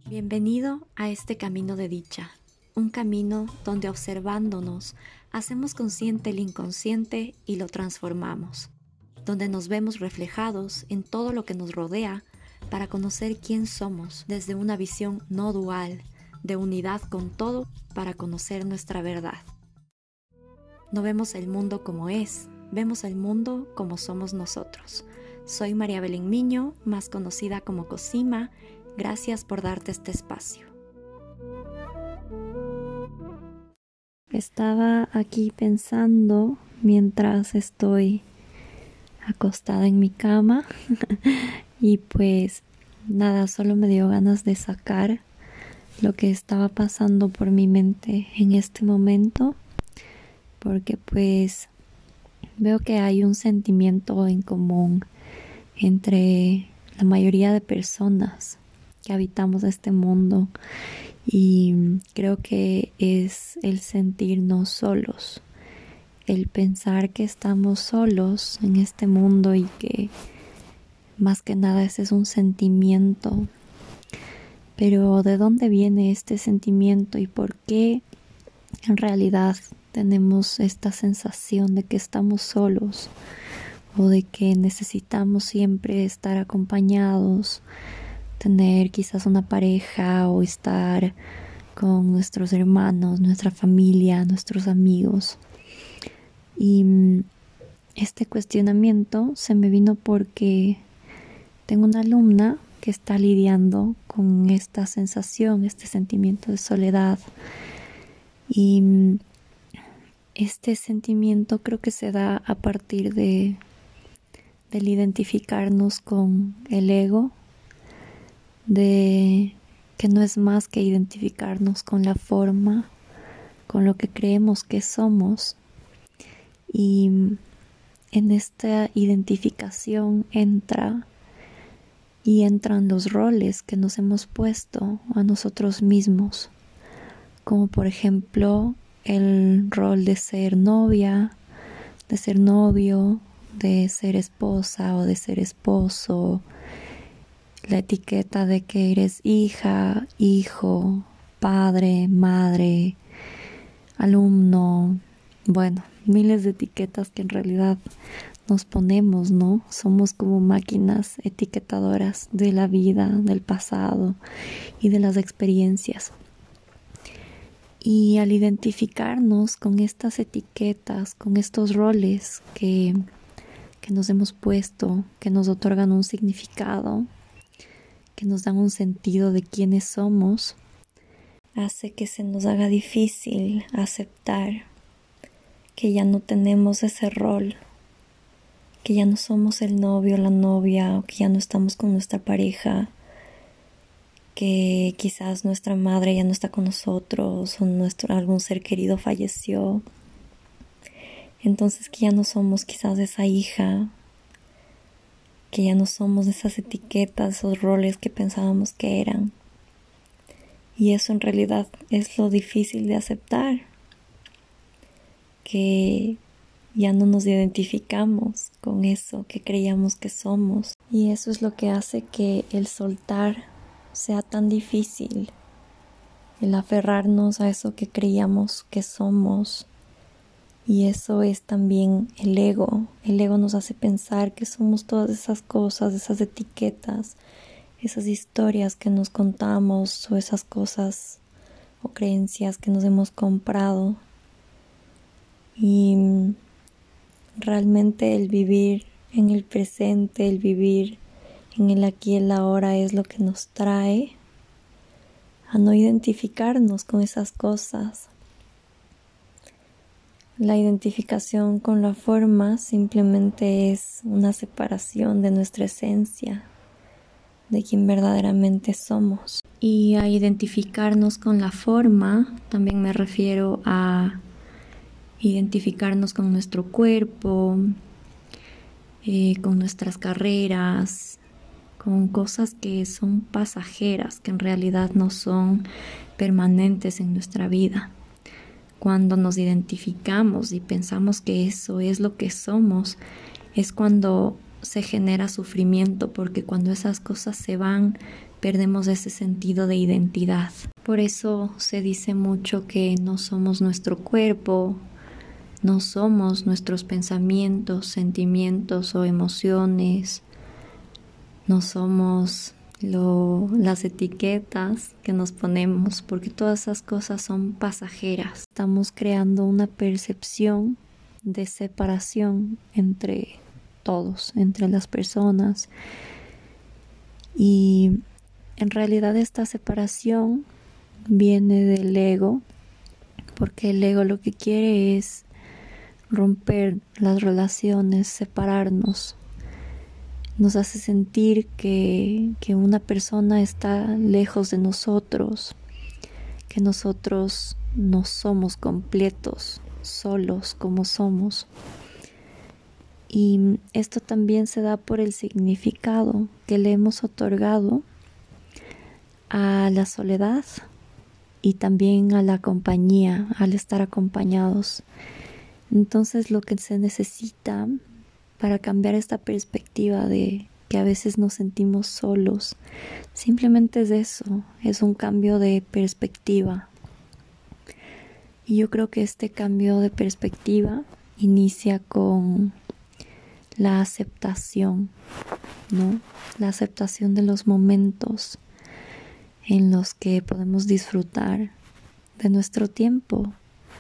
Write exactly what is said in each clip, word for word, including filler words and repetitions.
Bienvenido a este camino de dicha, un camino donde observándonos hacemos consciente el inconsciente y lo transformamos, donde nos vemos reflejados en todo lo que nos rodea para conocer quién somos desde una visión no dual, de unidad con todo para conocer nuestra verdad. No vemos el mundo como es, vemos el mundo como somos nosotros. Soy María Belén Miño, más conocida como Cosima. Gracias por darte este espacio. Estaba aquí pensando mientras estoy acostada en mi cama y pues nada, solo me dio ganas de sacar lo que estaba pasando por mi mente en este momento, porque pues veo que hay un sentimiento en común entre la mayoría de personas que habitamos este mundo, y creo que es el sentirnos solos, el pensar que estamos solos en este mundo y que más que nada ese es un sentimiento. Pero ¿de dónde viene este sentimiento y por qué en realidad tenemos esta sensación de que estamos solos o de que necesitamos siempre estar acompañados, tener quizás una pareja o estar con nuestros hermanos, nuestra familia, nuestros amigos? Y este cuestionamiento se me vino porque tengo una alumna que está lidiando con esta sensación, este sentimiento de soledad. Y este sentimiento creo que se da a partir de del identificarnos con el ego, de que no es más que identificarnos con la forma, con lo que creemos que somos. Y en esta identificación entra y entran los roles que nos hemos puesto a nosotros mismos, como por ejemplo el rol de ser novia, de ser novio, de ser esposa o de ser esposo, la etiqueta de que eres hija, hijo, padre, madre, alumno, bueno, miles de etiquetas que en realidad nos ponemos, ¿no? Somos como máquinas etiquetadoras de la vida, del pasado y de las experiencias. Y al identificarnos con estas etiquetas, con estos roles que, que nos hemos puesto, que nos otorgan un significado, que nos dan un sentido de quiénes somos, hace que se nos haga difícil aceptar que ya no tenemos ese rol, que ya no somos el novio, la novia, o que ya no estamos con nuestra pareja, que quizás nuestra madre ya no está con nosotros o nuestro, algún ser querido falleció. Entonces que ya no somos quizás esa hija, que ya no somos esas etiquetas, esos roles que pensábamos que eran. Y eso en realidad es lo difícil de aceptar, que ya no nos identificamos con eso que creíamos que somos. Y eso es lo que hace que el soltar sea tan difícil, el aferrarnos a eso que creíamos que somos. Y eso es también el ego. El ego nos hace pensar que somos todas esas cosas, esas etiquetas, esas historias que nos contamos o esas cosas o creencias que nos hemos comprado. Y realmente el vivir en el presente, el vivir en el aquí y el ahora es lo que nos trae a no identificarnos con esas cosas. La identificación con la forma simplemente es una separación de nuestra esencia, de quien verdaderamente somos. Y a identificarnos con la forma también me refiero a identificarnos con nuestro cuerpo, eh, con nuestras carreras, con cosas que son pasajeras, que en realidad no son permanentes en nuestra vida. Cuando nos identificamos y pensamos que eso es lo que somos, es cuando se genera sufrimiento, porque cuando esas cosas se van, perdemos ese sentido de identidad. Por eso se dice mucho que no somos nuestro cuerpo, no somos nuestros pensamientos, sentimientos o emociones, no somos lo, las etiquetas que nos ponemos, porque todas esas cosas son pasajeras. Estamos creando una percepción de separación entre todos, entre las personas, y en realidad esta separación viene del ego, porque el ego lo que quiere es romper las relaciones, separarnos. Nos hace sentir que, que una persona está lejos de nosotros, que nosotros no somos completos, solos como somos. Y esto también se da por el significado que le hemos otorgado a la soledad y también a la compañía, al estar acompañados. Entonces lo que se necesita para cambiar esta perspectiva de que a veces nos sentimos solos, simplemente es eso, es un cambio de perspectiva. Y yo creo que este cambio de perspectiva inicia con la aceptación, ¿no? La aceptación de los momentos en los que podemos disfrutar de nuestro tiempo.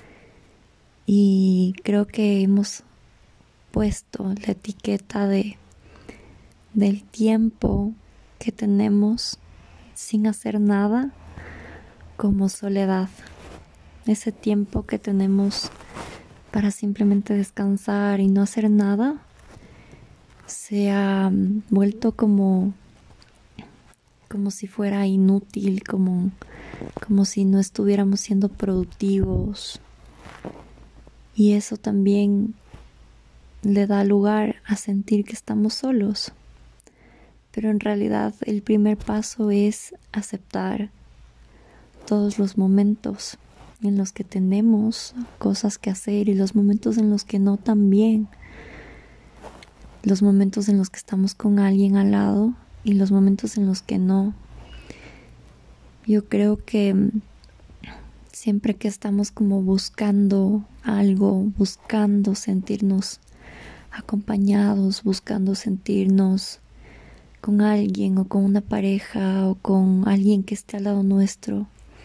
Y creo que hemos puesto la etiqueta de del tiempo que tenemos sin hacer nada como soledad. Ese tiempo que tenemos para simplemente descansar y no hacer nada se ha vuelto como como si fuera inútil, como, como si no estuviéramos siendo productivos. Y eso también le da lugar a sentir que estamos solos. Pero en realidad el primer paso es aceptar todos los momentos en los que tenemos cosas que hacer y los momentos en los que no también. Los momentos en los que estamos con alguien al lado y los momentos en los que no. Yo creo que siempre que estamos como buscando algo, buscando sentirnos acompañados, buscando sentirnos con alguien o con una pareja o con alguien que esté al lado nuestro,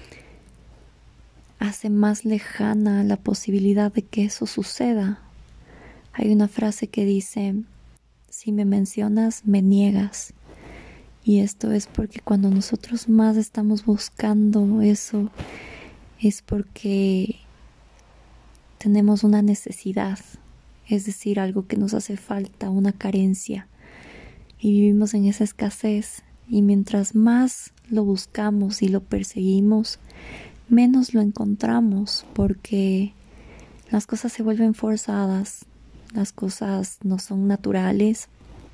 hace más lejana la posibilidad de que eso suceda. Hay una frase que dice: si me mencionas, me niegas. Y esto es porque cuando nosotros más estamos buscando eso, es porque tenemos una necesidad, es decir, algo que nos hace falta, una carencia. Y vivimos en esa escasez. Y mientras más lo buscamos y lo perseguimos, menos lo encontramos, porque las cosas se vuelven forzadas, las cosas no son naturales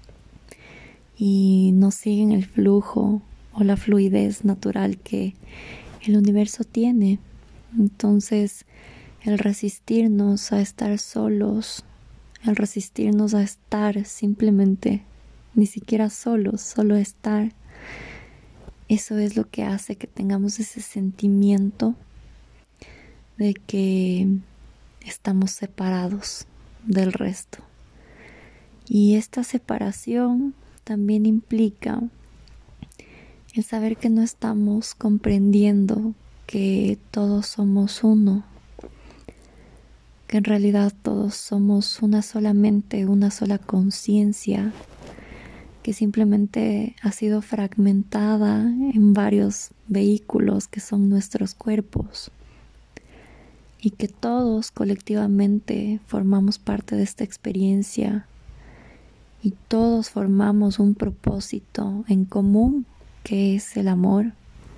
y no siguen el flujo o la fluidez natural que el universo tiene. Entonces, el resistirnos a estar solos, el resistirnos a estar simplemente, ni siquiera solos, solo estar, eso es lo que hace que tengamos ese sentimiento de que estamos separados del resto. Y esta separación también implica el saber que no estamos comprendiendo que todos somos uno, que en realidad todos somos una sola mente, una sola conciencia, que simplemente ha sido fragmentada en varios vehículos que son nuestros cuerpos, y que todos colectivamente formamos parte de esta experiencia y todos formamos un propósito en común, que es el amor.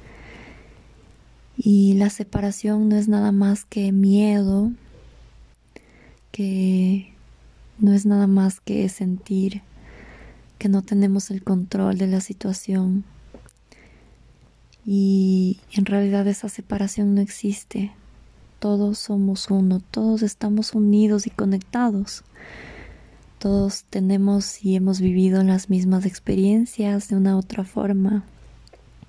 Y la separación no es nada más que miedo, que no es nada más que sentir que no tenemos el control de la situación. Y en realidad esa separación no existe. Todos somos uno, todos estamos unidos y conectados. Todos tenemos y hemos vivido las mismas experiencias de una u otra forma.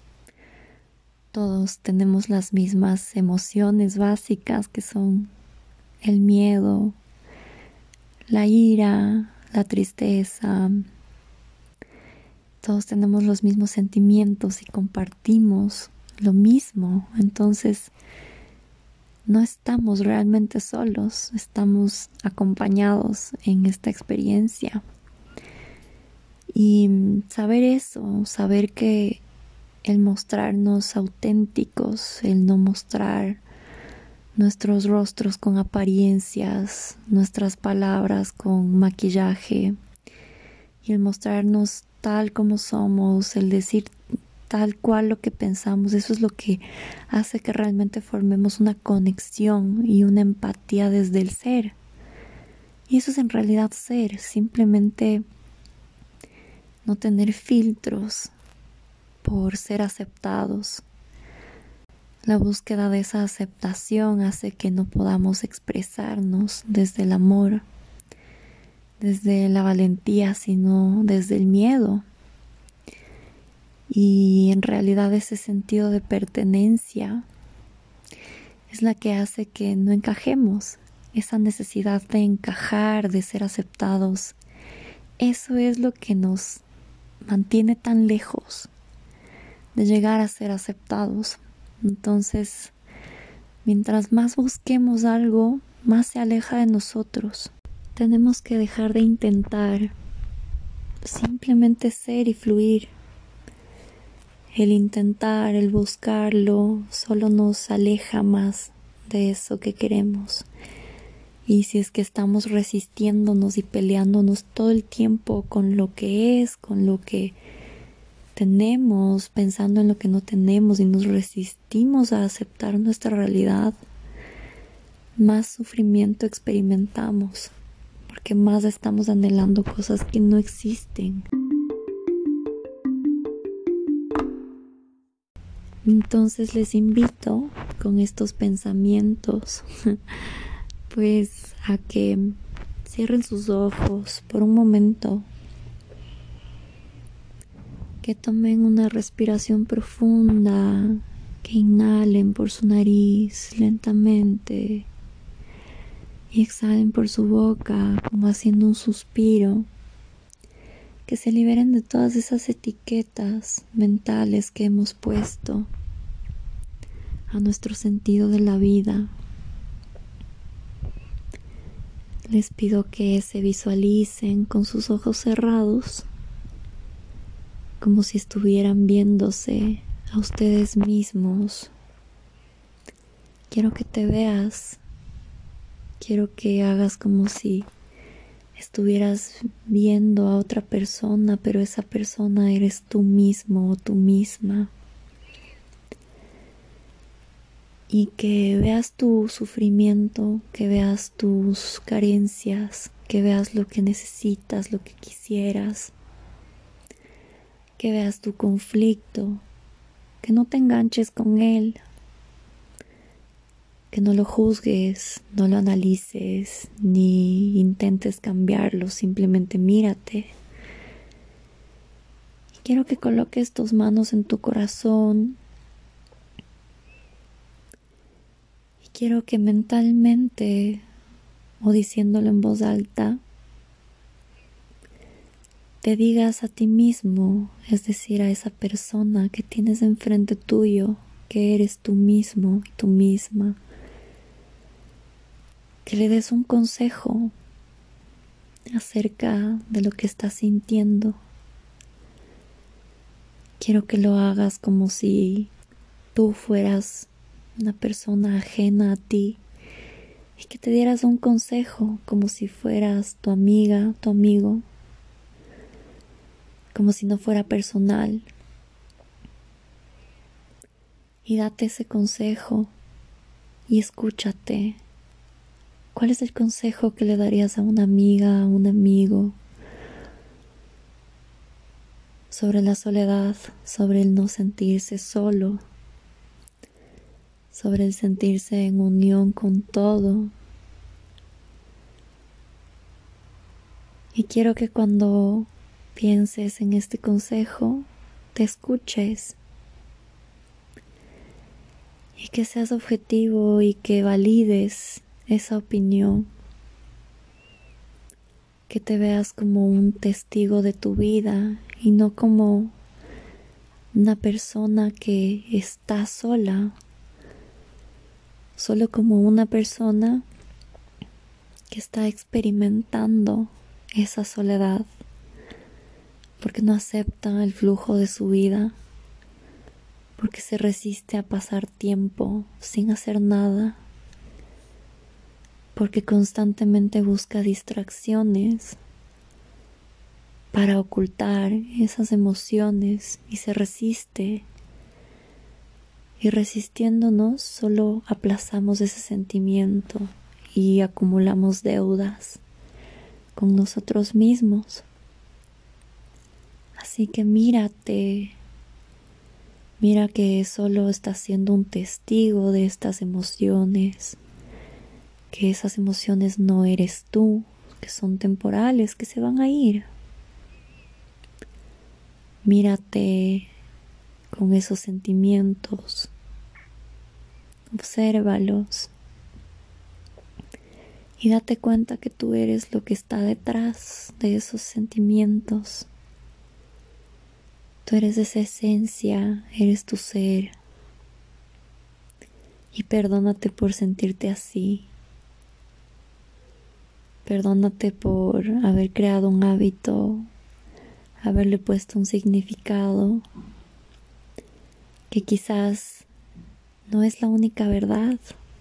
Todos tenemos las mismas emociones básicas que son el miedo, la ira, la tristeza. Todos tenemos los mismos sentimientos y compartimos lo mismo. Entonces, no estamos realmente solos, estamos acompañados en esta experiencia. Y saber eso, saber que el mostrarnos auténticos, el no mostrar nuestros rostros con apariencias, nuestras palabras con maquillaje, y el mostrarnos tal como somos, el decir tal cual lo que pensamos, eso es lo que hace que realmente formemos una conexión y una empatía desde el ser. Y eso es en realidad ser, simplemente no tener filtros por ser aceptados. La búsqueda de esa aceptación hace que no podamos expresarnos desde el amor, desde la valentía, sino desde el miedo. Y en realidad ese sentido de pertenencia es la que hace que no encajemos. Esa necesidad de encajar, de ser aceptados, eso es lo que nos mantiene tan lejos de llegar a ser aceptados. Entonces, mientras más busquemos algo, más se aleja de nosotros. Tenemos que dejar de intentar, simplemente ser y fluir. El intentar, el buscarlo, solo nos aleja más de eso que queremos. Y si es que estamos resistiéndonos y peleándonos todo el tiempo con lo que es, con lo que tenemos, pensando en lo que no tenemos y nos resistimos a aceptar nuestra realidad, más sufrimiento experimentamos, porque más estamos anhelando cosas que no existen. Entonces les invito con estos pensamientos pues a que cierren sus ojos por un momento, que tomen una respiración profunda, que inhalen por su nariz lentamente y exhalen por su boca como haciendo un suspiro, que se liberen de todas esas etiquetas mentales que hemos puesto a nuestro sentido de la vida. Les pido que se visualicen con sus ojos cerrados, como si estuvieran viéndose a ustedes mismos. Quiero que te veas, quiero que hagas como si estuvieras viendo a otra persona, pero esa persona eres tú mismo o tú misma. Y que veas tu sufrimiento, que veas tus carencias, que veas lo que necesitas, lo que quisieras, que veas tu conflicto, que no te enganches con él, que no lo juzgues, no lo analices, ni intentes cambiarlo, simplemente mírate. Y quiero que coloques tus manos en tu corazón. Y quiero que mentalmente, o diciéndolo en voz alta, te digas a ti mismo, es decir, a esa persona que tienes enfrente tuyo, que eres tú mismo y tú misma, que le des un consejo acerca de lo que estás sintiendo. Quiero que lo hagas como si tú fueras una persona ajena a ti y que te dieras un consejo como si fueras tu amiga, tu amigo, como si no fuera personal. Y date ese consejo y escúchate. ¿Cuál es el consejo que le darías a una amiga, a un amigo? Sobre la soledad, sobre el no sentirse solo, sobre el sentirse en unión con todo. Y quiero que cuando pienses en este consejo, te escuches. y que seas objetivo y que valides esa opinión, que te veas como un testigo de tu vida y no como una persona que está sola, solo como una persona que está experimentando esa soledad porque no acepta el flujo de su vida, porque se resiste a pasar tiempo sin hacer nada, porque constantemente busca distracciones para ocultar esas emociones y se resiste. Y resistiéndonos solo aplazamos ese sentimiento y acumulamos deudas con nosotros mismos. Así que mírate, mira que solo estás siendo un testigo de estas emociones, que esas emociones no eres tú, que son temporales, que se van a ir. Mírate con esos sentimientos, obsérvalos y date cuenta que tú eres lo que está detrás de esos sentimientos. Tú eres esa esencia, eres tu ser. Y perdónate por sentirte así. Perdónate por haber creado un hábito, haberle puesto un significado que quizás no es la única verdad.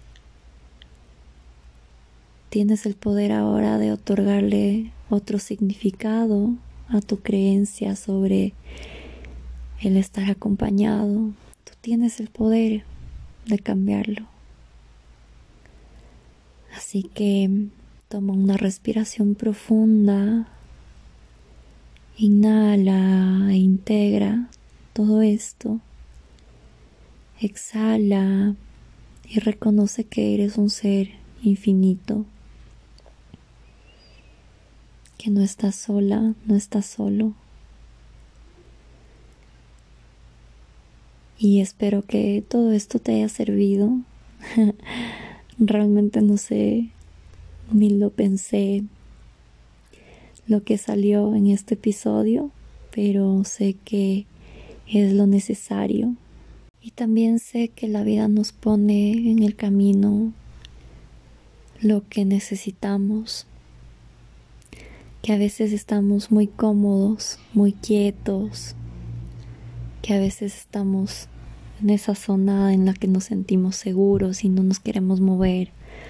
Tienes el poder ahora de otorgarle otro significado a tu creencia sobre el estar acompañado. Tú tienes el poder de cambiarlo. Así que toma una respiración profunda, inhala e integra todo esto, exhala y reconoce que eres un ser infinito, que no estás sola, no estás solo. Y espero que todo esto te haya servido. Realmente no sé, ni lo pensé lo que salió en este episodio, pero sé que es lo necesario. Y también sé que la vida nos pone en el camino lo que necesitamos, que a veces estamos muy cómodos, muy quietos, que a veces estamos en esa zona en la que nos sentimos seguros y no nos queremos mover.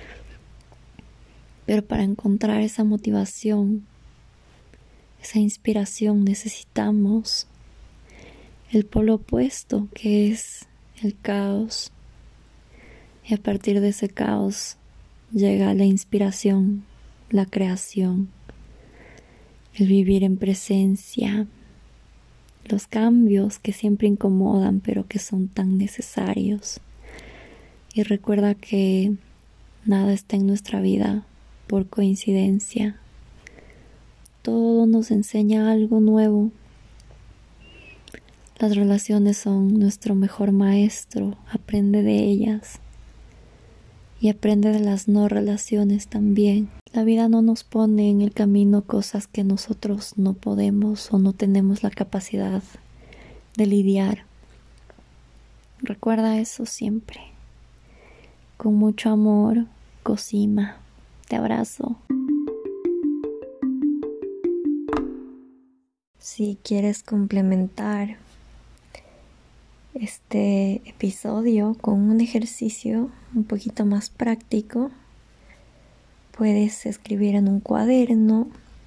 Pero para encontrar esa motivación, esa inspiración, necesitamos el polo opuesto, que es el caos. Y a partir de ese caos llega la inspiración, la creación, el vivir en presencia, los cambios que siempre incomodan pero que son tan necesarios. Y recuerda que nada está en nuestra vida por coincidencia. Todo nos enseña algo nuevo. Las relaciones son nuestro mejor maestro. Aprende de ellas. Y aprende de las no relaciones también. La vida no nos pone en el camino cosas que nosotros no podemos o no tenemos la capacidad de lidiar. Recuerda eso siempre. Con mucho amor, Cosima. Te abrazo. Si quieres complementar este episodio con un ejercicio un poquito más práctico, puedes escribir en un cuaderno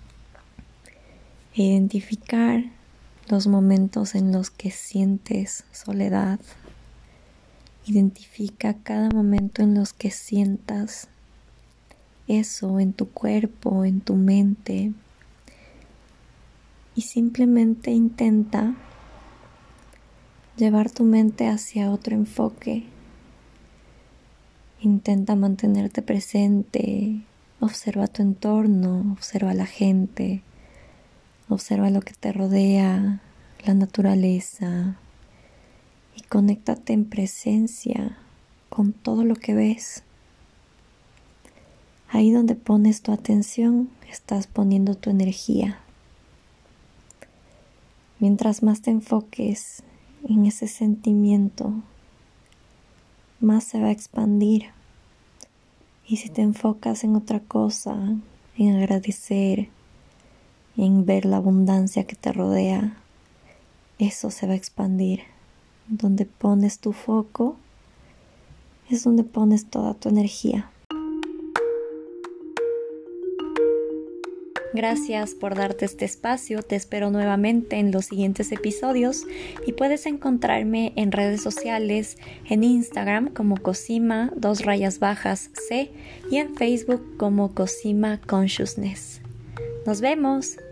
e identificar los momentos en los que sientes soledad. Identifica cada momento en los que sientas eso en tu cuerpo, en tu mente, y simplemente intenta llevar tu mente hacia otro enfoque. Intenta mantenerte presente, observa tu entorno, observa a la gente, observa lo que te rodea, la naturaleza, y conéctate en presencia con todo lo que ves. Ahí donde pones tu atención, estás poniendo tu energía. Mientras más te enfoques en ese sentimiento, más se va a expandir. Y si te enfocas en otra cosa, en agradecer, en ver la abundancia que te rodea, eso se va a expandir. Donde pones tu foco, es donde pones toda tu energía. Gracias por darte este espacio, te espero nuevamente en los siguientes episodios y puedes encontrarme en redes sociales, en Instagram como Cosima dos rayas bajas C y en Facebook como Cosima Consciousness. ¡Nos vemos!